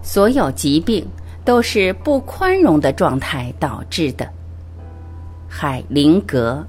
所有疾病都是不宽容的状态导致的。海灵格。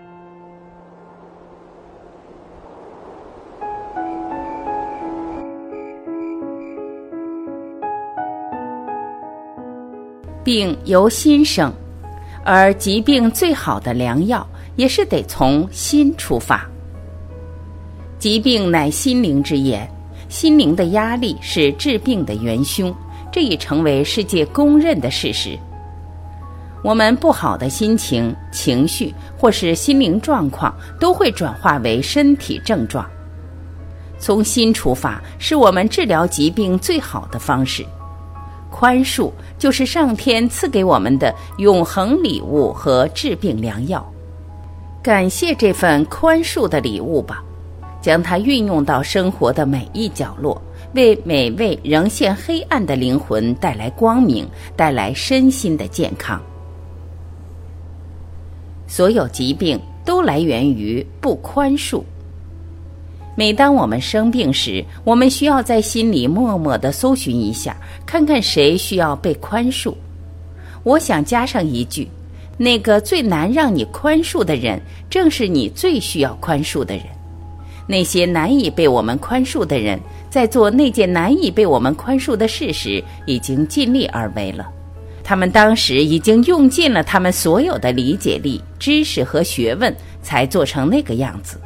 病由心生，而疾病最好的良药也是得从心出发。疾病乃心灵之言，心灵的压力是治病的元凶，这已成为世界公认的事实。我们不好的心情、情绪或是心灵状况都会转化为身体症状。从心出发是我们治疗疾病最好的方式。宽恕就是上天赐给我们的永恒礼物和治病良药。感谢这份宽恕的礼物吧，将它运用到生活的每一角落，为每位仍陷黑暗的灵魂带来光明，带来身心的健康。所有疾病都来源于不宽恕。每当我们生病时，我们需要在心里默默地搜寻一下，看看谁需要被宽恕。我想加上一句，那个最难让你宽恕的人，正是你最需要宽恕的人。那些难以被我们宽恕的人，在做那件难以被我们宽恕的事时，已经尽力而为了。他们当时已经用尽了他们所有的理解力、知识和学问，才做成那个样子。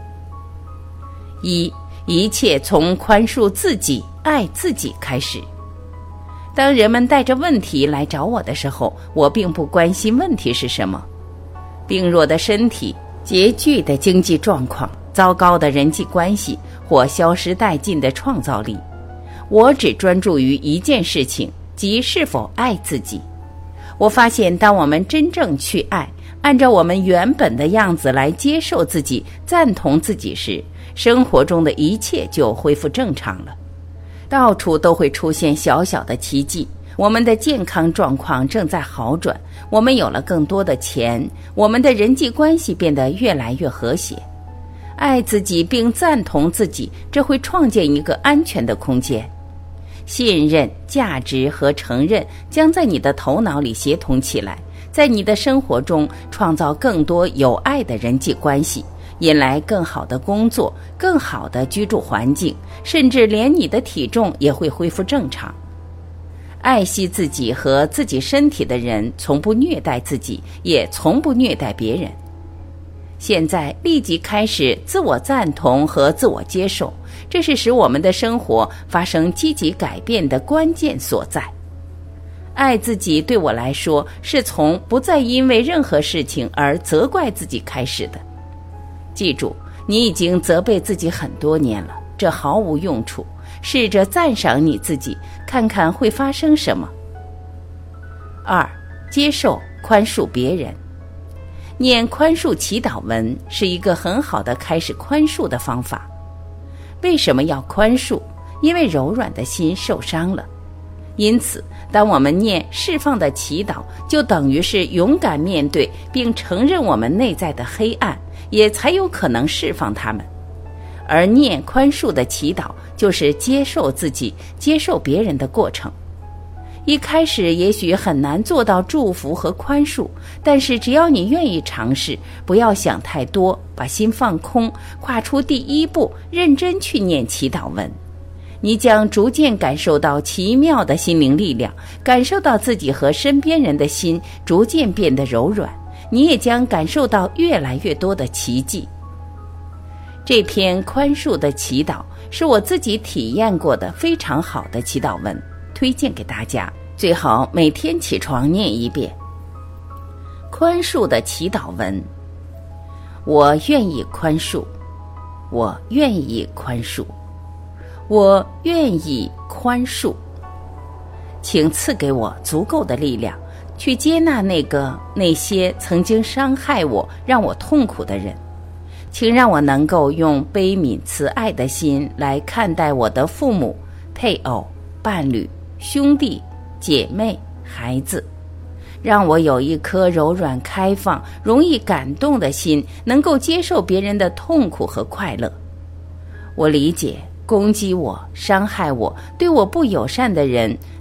一切从宽恕自己、爱自己开始。当人们带着问题来找我的时候，我并不关心问题是什么。病弱的身体、拮据的经济状况、糟糕的人际关系或消失殆尽的创造力，我只专注于一件事情，即是否爱自己。我发现当我们真正去爱，按照我们原本的样子来接受自己、赞同自己时，生活中的一切就恢复正常了。到处都会出现小小的奇迹，我们的健康状况正在好转，我们有了更多的钱，我们的人际关系变得越来越和谐。爱自己并赞同自己，这会创建一个安全的空间。信任、价值和承认将在你的头脑里协同起来，在你的生活中创造更多有爱的人际关系，引来更好的工作、更好的居住环境，甚至连你的体重也会恢复正常。爱惜自己和自己身体的人，从不虐待自己，也从不虐待别人。现在立即开始自我赞同和自我接受，这是使我们的生活发生积极改变的关键所在。爱自己对我来说，是从不再因为任何事情而责怪自己开始的。记住，你已经责备自己很多年了，这毫无用处。试着赞赏你自己，看看会发生什么。2. 接受、宽恕别人。念宽恕祈祷文是一个很好的开始宽恕的方法。为什么要宽恕？因为柔软的心受伤了。因此，当我们念释放的祈祷，就等于是勇敢面对并承认我们内在的黑暗，也才有可能释放它们。而念宽恕的祈祷，就是接受自己、接受别人的过程。一开始也许很难做到祝福和宽恕，但是只要你愿意尝试，不要想太多，把心放空，跨出第一步，认真去念祈祷文，你将逐渐感受到奇妙的心灵力量，感受到自己和身边人的心逐渐变得柔软，你也将感受到越来越多的奇迹。这篇宽恕的祈祷是我自己体验过的非常好的祈祷文，推荐给大家，最好每天起床念一遍。宽恕的祈祷文：我愿意宽恕，我愿意宽恕，我愿意宽恕。请赐给我足够的力量，去接纳那些曾经伤害我、让我痛苦的人。请让我能够用悲悯慈爱的心来看待我的父母、配偶、伴侣、兄弟、姐妹、孩子，让我有一颗柔软开放、容易感动的心，能够接受别人的痛苦和快乐。我理解攻击我、伤害我、对我不友善的人，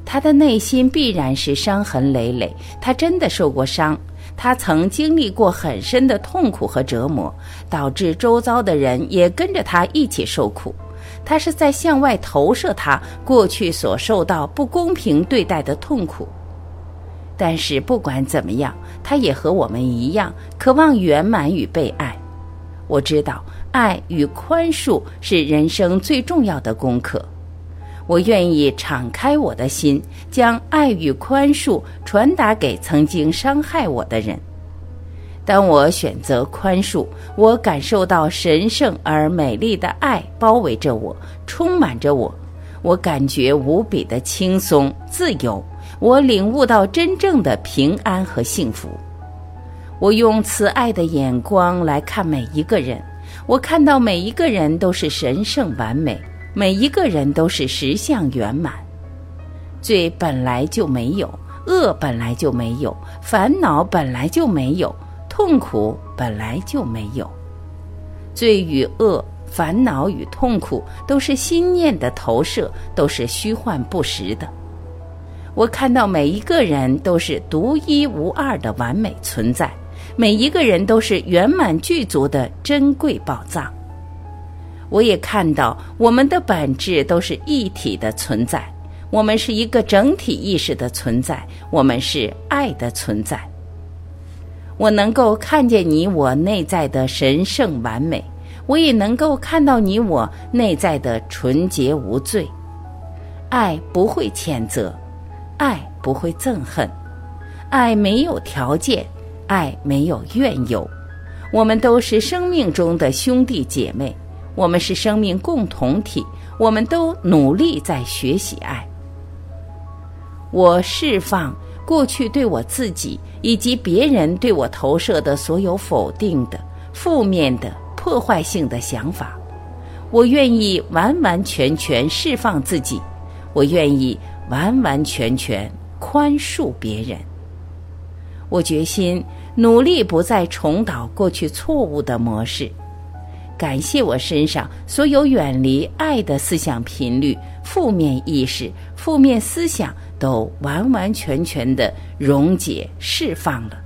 他的内心必然是伤痕累累，他真的受过伤，他曾经历过很深的痛苦和折磨，导致周遭的人也跟着他一起受苦。他是在向外投射他过去所受到不公平对待的痛苦。但是不管怎么样，他也和我们一样，渴望圆满与被爱。我知道爱与宽恕是人生最重要的功课。我愿意敞开我的心，将爱与宽恕传达给曾经伤害我的人。当我选择宽恕，我感受到神圣而美丽的爱包围着我，充满着我，我感觉无比的轻松自由，我领悟到真正的平安和幸福。我用慈爱的眼光来看每一个人，我看到每一个人都是神圣完美，每一个人都是实相圆满。罪本来就没有，恶本来就没有，烦恼本来就没有，痛苦本来就没有。罪与恶、烦恼与痛苦都是心念的投射，都是虚幻不实的。我看到每一个人都是独一无二的完美存在，每一个人都是圆满具足的珍贵宝藏。我也看到我们的本质都是一体的存在，我们是一个整体意识的存在，我们是爱的存在。我能够看见你我内在的神圣完美，我也能够看到你我内在的纯洁无罪。爱不会谴责，爱不会憎恨，爱没有条件，爱没有怨尤。我们都是生命中的兄弟姐妹，我们是生命共同体，我们都努力在学习爱。我释放过去对我自己以及别人对我投射的所有否定的、负面的、破坏性的想法。我愿意完完全全释放自己，我愿意完完全全宽恕别人。我决心努力不再重蹈过去错误的模式。感谢我身上所有远离爱的思想频率、负面意识、负面思想都完完全全的溶解释放了。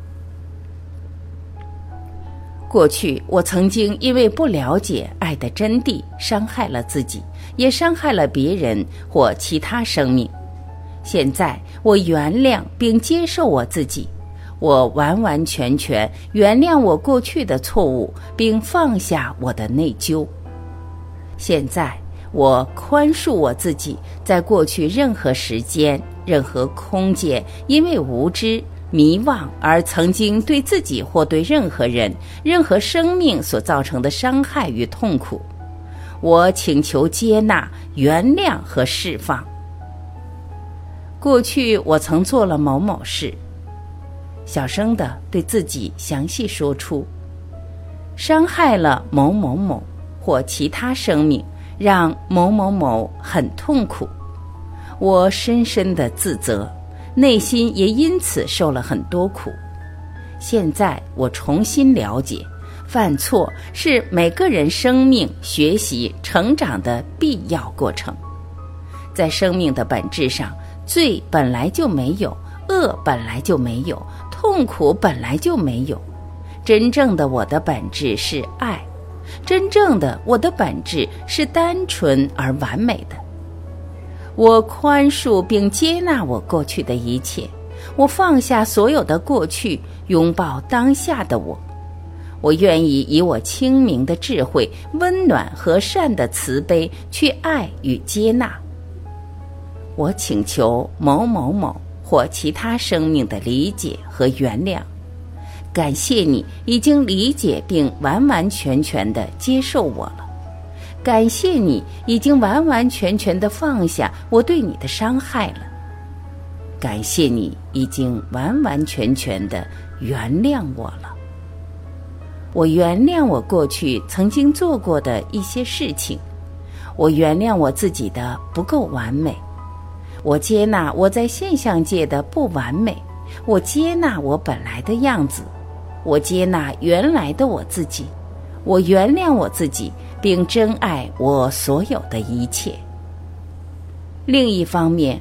过去我曾经因为不了解爱的真谛，伤害了自己，也伤害了别人或其他生命。现在我原谅并接受我自己，我完完全全原谅我过去的错误，并放下我的内疚。现在我宽恕我自己，在过去任何时间、任何空间，因为无知、迷惘而曾经对自己或对任何人、任何生命所造成的伤害与痛苦。我请求接纳、原谅和释放。过去我曾做了某某事，小声地对自己详细说出，伤害了某某某或其他生命，让某某某很痛苦。我深深的自责，内心也因此受了很多苦。现在我重新了解，犯错是每个人生命学习成长的必要过程。在生命的本质上，罪本来就没有，恶本来就没有，痛苦本来就没有。真正的我的本质是爱，真正的我的本质是单纯而完美的。我宽恕并接纳我过去的一切，我放下所有的过去，拥抱当下的我。我愿意以我清明的智慧、温暖和善的慈悲去爱与接纳。我请求某某某或其他生命的理解和原谅。感谢你已经理解并完完全全地接受我了。感谢你已经完完全全地放下我对你的伤害了。感谢你已经完完全全地原谅我了。我原谅我过去曾经做过的一些事情，我原谅我自己的不够完美，我接纳我在现象界的不完美，我接纳我本来的样子，我接纳原来的我自己，我原谅我自己，并珍爱我所有的一切。另一方面，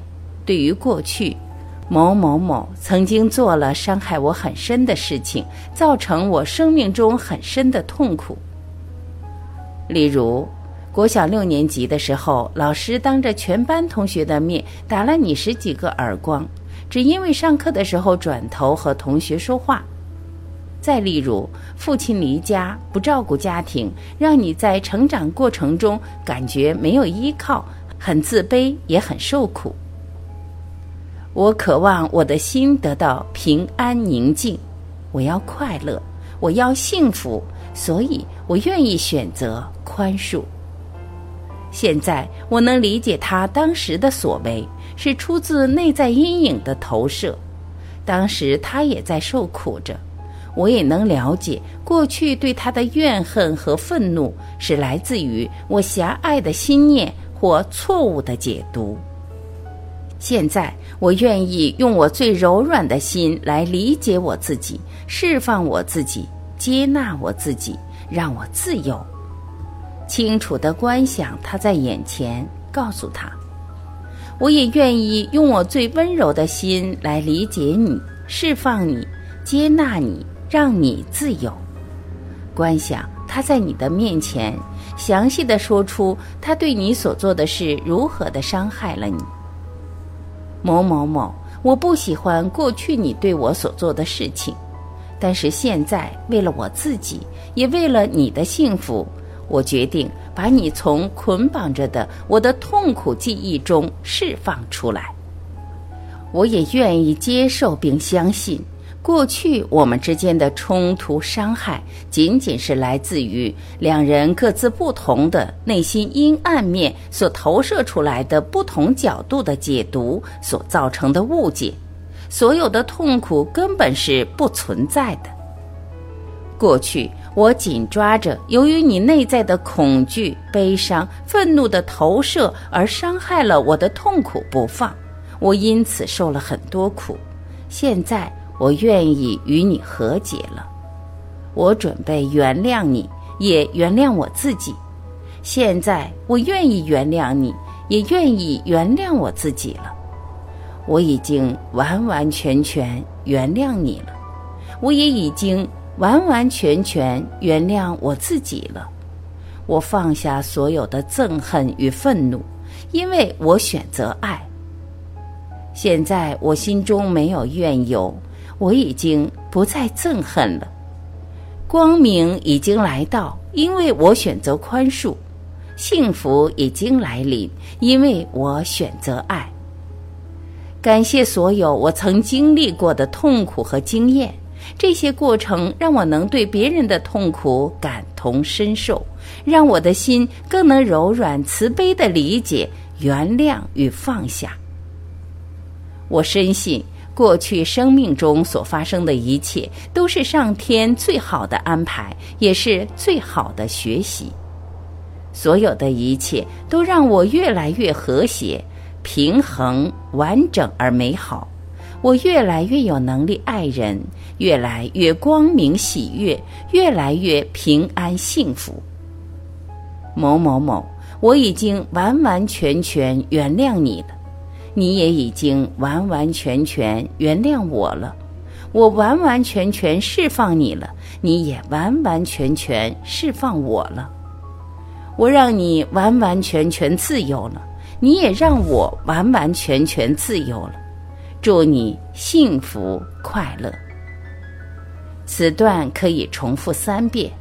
对于过去某某某曾经做了伤害我很深的事情，造成我生命中很深的痛苦。例如国小6年级的时候，老师当着全班同学的面打了你10几个耳光，只因为上课的时候转头和同学说话。再例如父亲离家不照顾家庭，让你在成长过程中感觉没有依靠，很自卑也很受苦。我渴望我的心得到平安宁静，我要快乐，我要幸福，所以我愿意选择宽恕。现在我能理解他当时的所为，是出自内在阴影的投射，当时他也在受苦着。我也能了解过去对他的怨恨和愤怒是来自于我狭隘的心念或错误的解读。现在我愿意用我最柔软的心来理解我自己，释放我自己，接纳我自己，让我自由。清楚地观想他在眼前，告诉他，我也愿意用我最温柔的心来理解你，释放你，接纳你，让你自由。观想他在你的面前，详细地说出他对你所做的事如何的伤害了你。某某某，我不喜欢过去你对我所做的事情，但是现在为了我自己，也为了你的幸福，我决定把你从捆绑着的我的痛苦记忆中释放出来。我也愿意接受并相信，过去我们之间的冲突伤害仅仅是来自于两人各自不同的内心阴暗面所投射出来的不同角度的解读所造成的误解，所有的痛苦根本是不存在的。过去我紧抓着由于你内在的恐惧、悲伤、愤怒的投射而伤害了我的痛苦不放，我因此受了很多苦。现在我愿意与你和解了，我准备原谅你，也原谅我自己。现在我愿意原谅你，也愿意原谅我自己了。我已经完完全全原谅你了，我也已经完完全全原谅我自己了。我放下所有的憎恨与愤怒，因为我选择爱。现在我心中没有怨尤，我已经不再憎恨了。光明已经来到，因为我选择宽恕。幸福已经来临，因为我选择爱。感谢所有我曾经历过的痛苦和经验，这些过程让我能对别人的痛苦感同身受，让我的心更能柔软慈悲地理解、原谅与放下。我深信过去生命中所发生的一切都是上天最好的安排，也是最好的学习。所有的一切都让我越来越和谐、平衡、完整而美好。我越来越有能力爱人，越来越光明喜悦，越来越平安幸福。某某某，我已经完完全全原谅你了，你也已经完完全全原谅我了。我完完全全释放你了，你也完完全全释放我了。我让你完完全全自由了，你也让我完完全全自由了。祝你幸福快乐。此段可以重复3遍。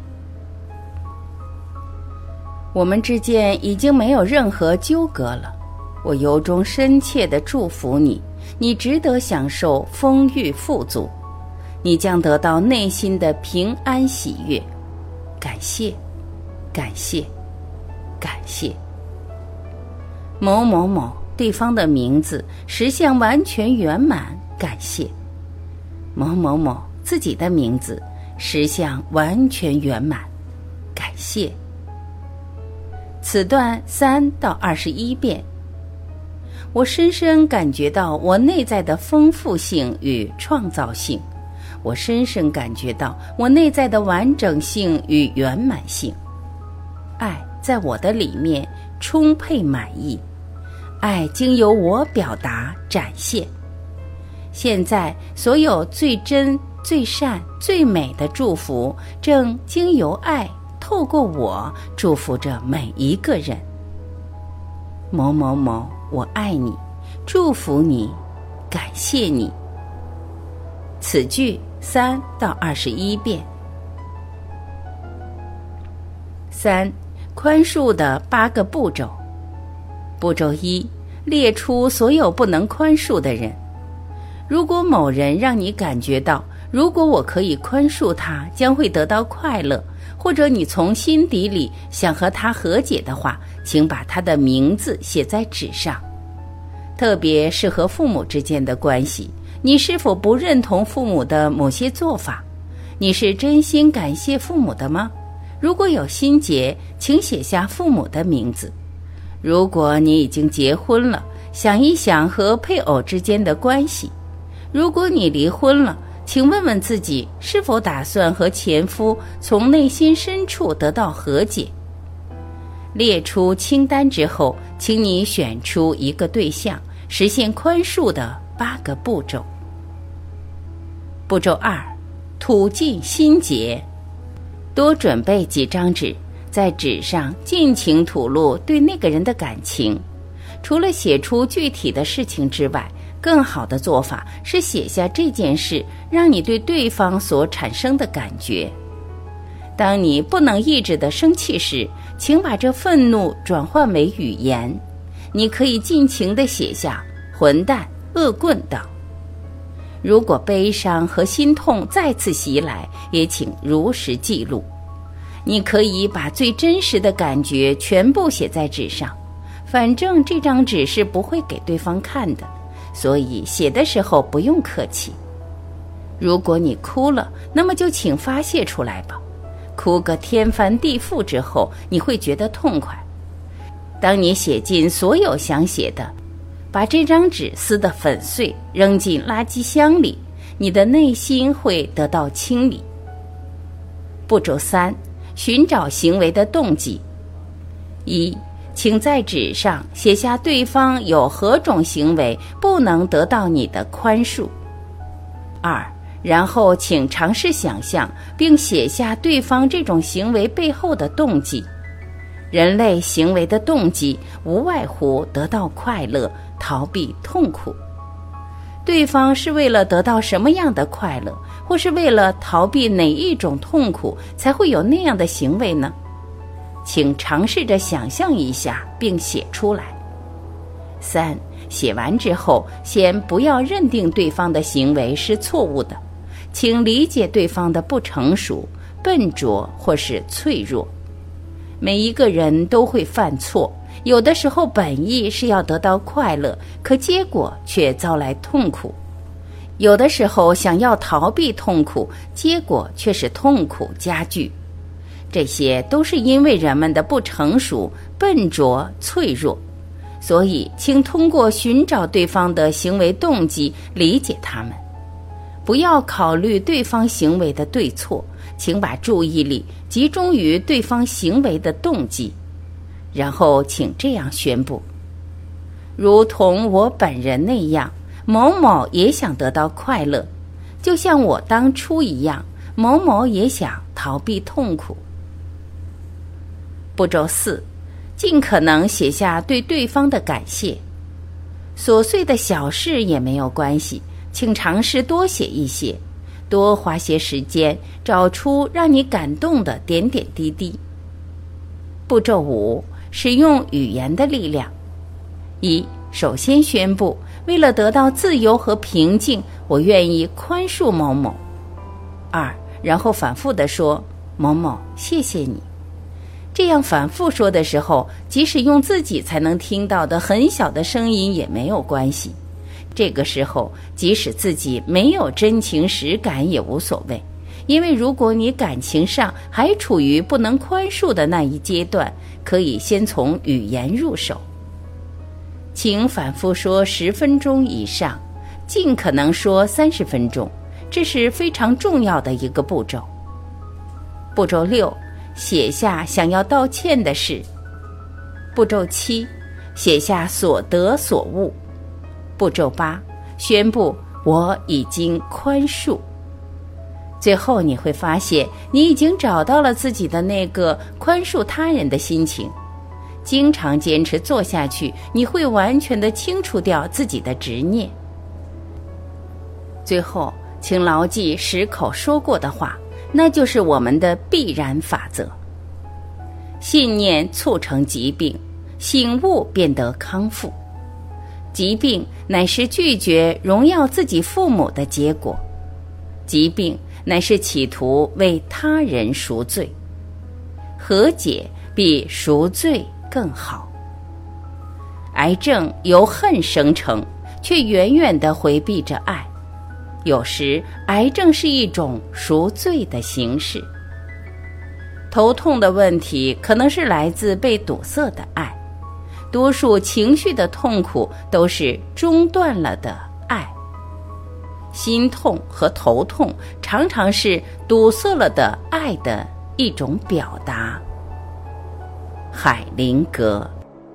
我们之间已经没有任何纠葛了，我由衷深切地祝福你，你值得享受丰裕富足，你将得到内心的平安喜悦。感谢，感谢，感谢。某某某，对方的名字，实相完全圆满，感谢。某某某，自己的名字，实相完全圆满，感谢。此段3到21遍。我深深感觉到我内在的丰富性与创造性，我深深感觉到我内在的完整性与圆满性。爱在我的里面充沛满意， 爱经由我表达展现。现在所有最真、最善、最美的祝福，正经由爱透过我祝福着每一个人。某某某，我爱你，祝福你，感谢你。此句3到21遍。3. 宽恕的8个步骤。步骤1，列出所有不能宽恕的人。如果某人让你感觉到，如果我可以宽恕他，将会得到快乐，或者你从心底里想和他和解的话，请把他的名字写在纸上。特别是和父母之间的关系，你是否不认同父母的某些做法？你是真心感谢父母的吗？如果有心结，请写下父母的名字。如果你已经结婚了，想一想和配偶之间的关系。如果你离婚了，请问问自己是否打算和前夫从内心深处得到和解。列出清单之后，请你选出一个对象，实现宽恕的8个步骤。步骤2，吐尽心结。多准备几张纸，在纸上尽情吐露对那个人的感情。除了写出具体的事情之外，更好的做法是写下这件事让你对对方所产生的感觉。当你不能抑制的生气时，请把这愤怒转换为语言。你可以尽情地写下混蛋、恶棍等。如果悲伤和心痛再次袭来，也请如实记录。你可以把最真实的感觉全部写在纸上，反正这张纸是不会给对方看的，所以写的时候不用客气。如果你哭了，那么就请发泄出来吧。哭个天翻地覆之后，你会觉得痛快。当你写尽所有想写的，把这张纸撕得粉碎，扔进垃圾箱里，你的内心会得到清理。步骤3，寻找行为的动机。1，请在纸上写下对方有何种行为不能得到你的宽恕。2，然后请尝试想象并写下对方这种行为背后的动机。人类行为的动机无外乎得到快乐，逃避痛苦。对方是为了得到什么样的快乐，或是为了逃避哪一种痛苦，才会有那样的行为呢？请尝试着想象一下，并写出来。3，写完之后，先不要认定对方的行为是错误的，请理解对方的不成熟、笨拙或是脆弱。每一个人都会犯错，有的时候本意是要得到快乐，可结果却遭来痛苦；有的时候想要逃避痛苦，结果却是痛苦加剧。这些都是因为人们的不成熟、笨拙、脆弱。所以请通过寻找对方的行为动机理解他们，不要考虑对方行为的对错，请把注意力集中于对方行为的动机。然后请这样宣布：如同我本人那样，某某也想得到快乐，就像我当初一样，某某也想逃避痛苦。步骤4，尽可能写下对对方的感谢。琐碎的小事也没有关系，请尝试多写一些，多花些时间，找出让你感动的点点滴滴。步骤5，使用语言的力量。1，首先宣布，为了得到自由和平静，我愿意宽恕某某。2，然后反复地说，某某，谢谢你。这样反复说的时候，即使用自己才能听到的很小的声音也没有关系。这个时候，即使自己没有真情实感也无所谓，因为如果你感情上还处于不能宽恕的那一阶段，可以先从语言入手。请反复说10分钟以上，尽可能说30分钟，这是非常重要的一个步骤。步骤6，写下想要道歉的事。步骤7， 写下所得所悟。步骤8，宣布我已经宽恕。最后你会发现，你已经找到了自己的那个宽恕他人的心情。经常坚持做下去，你会完全的清除掉自己的执念。最后，请牢记10口说过的话，那就是我们的必然法则。信念促成疾病，醒悟变得康复。疾病乃是拒绝荣耀自己父母的结果，疾病乃是企图为他人赎罪。和解比赎罪更好。癌症由恨生成，却远远地回避着爱。有时，癌症是一种赎罪的形式。头痛的问题可能是来自被堵塞的爱，多数情绪的痛苦都是中断了的爱。心痛和头痛常常是堵塞了的爱的一种表达。海灵格。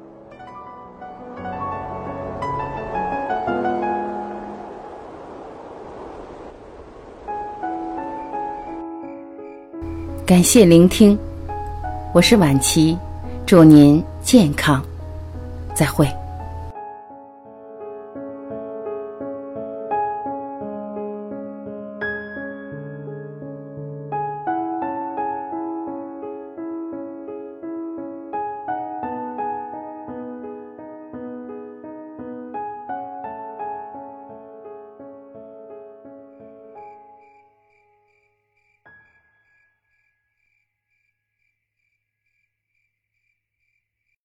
感谢聆听，我是婉琪，祝您健康，再会。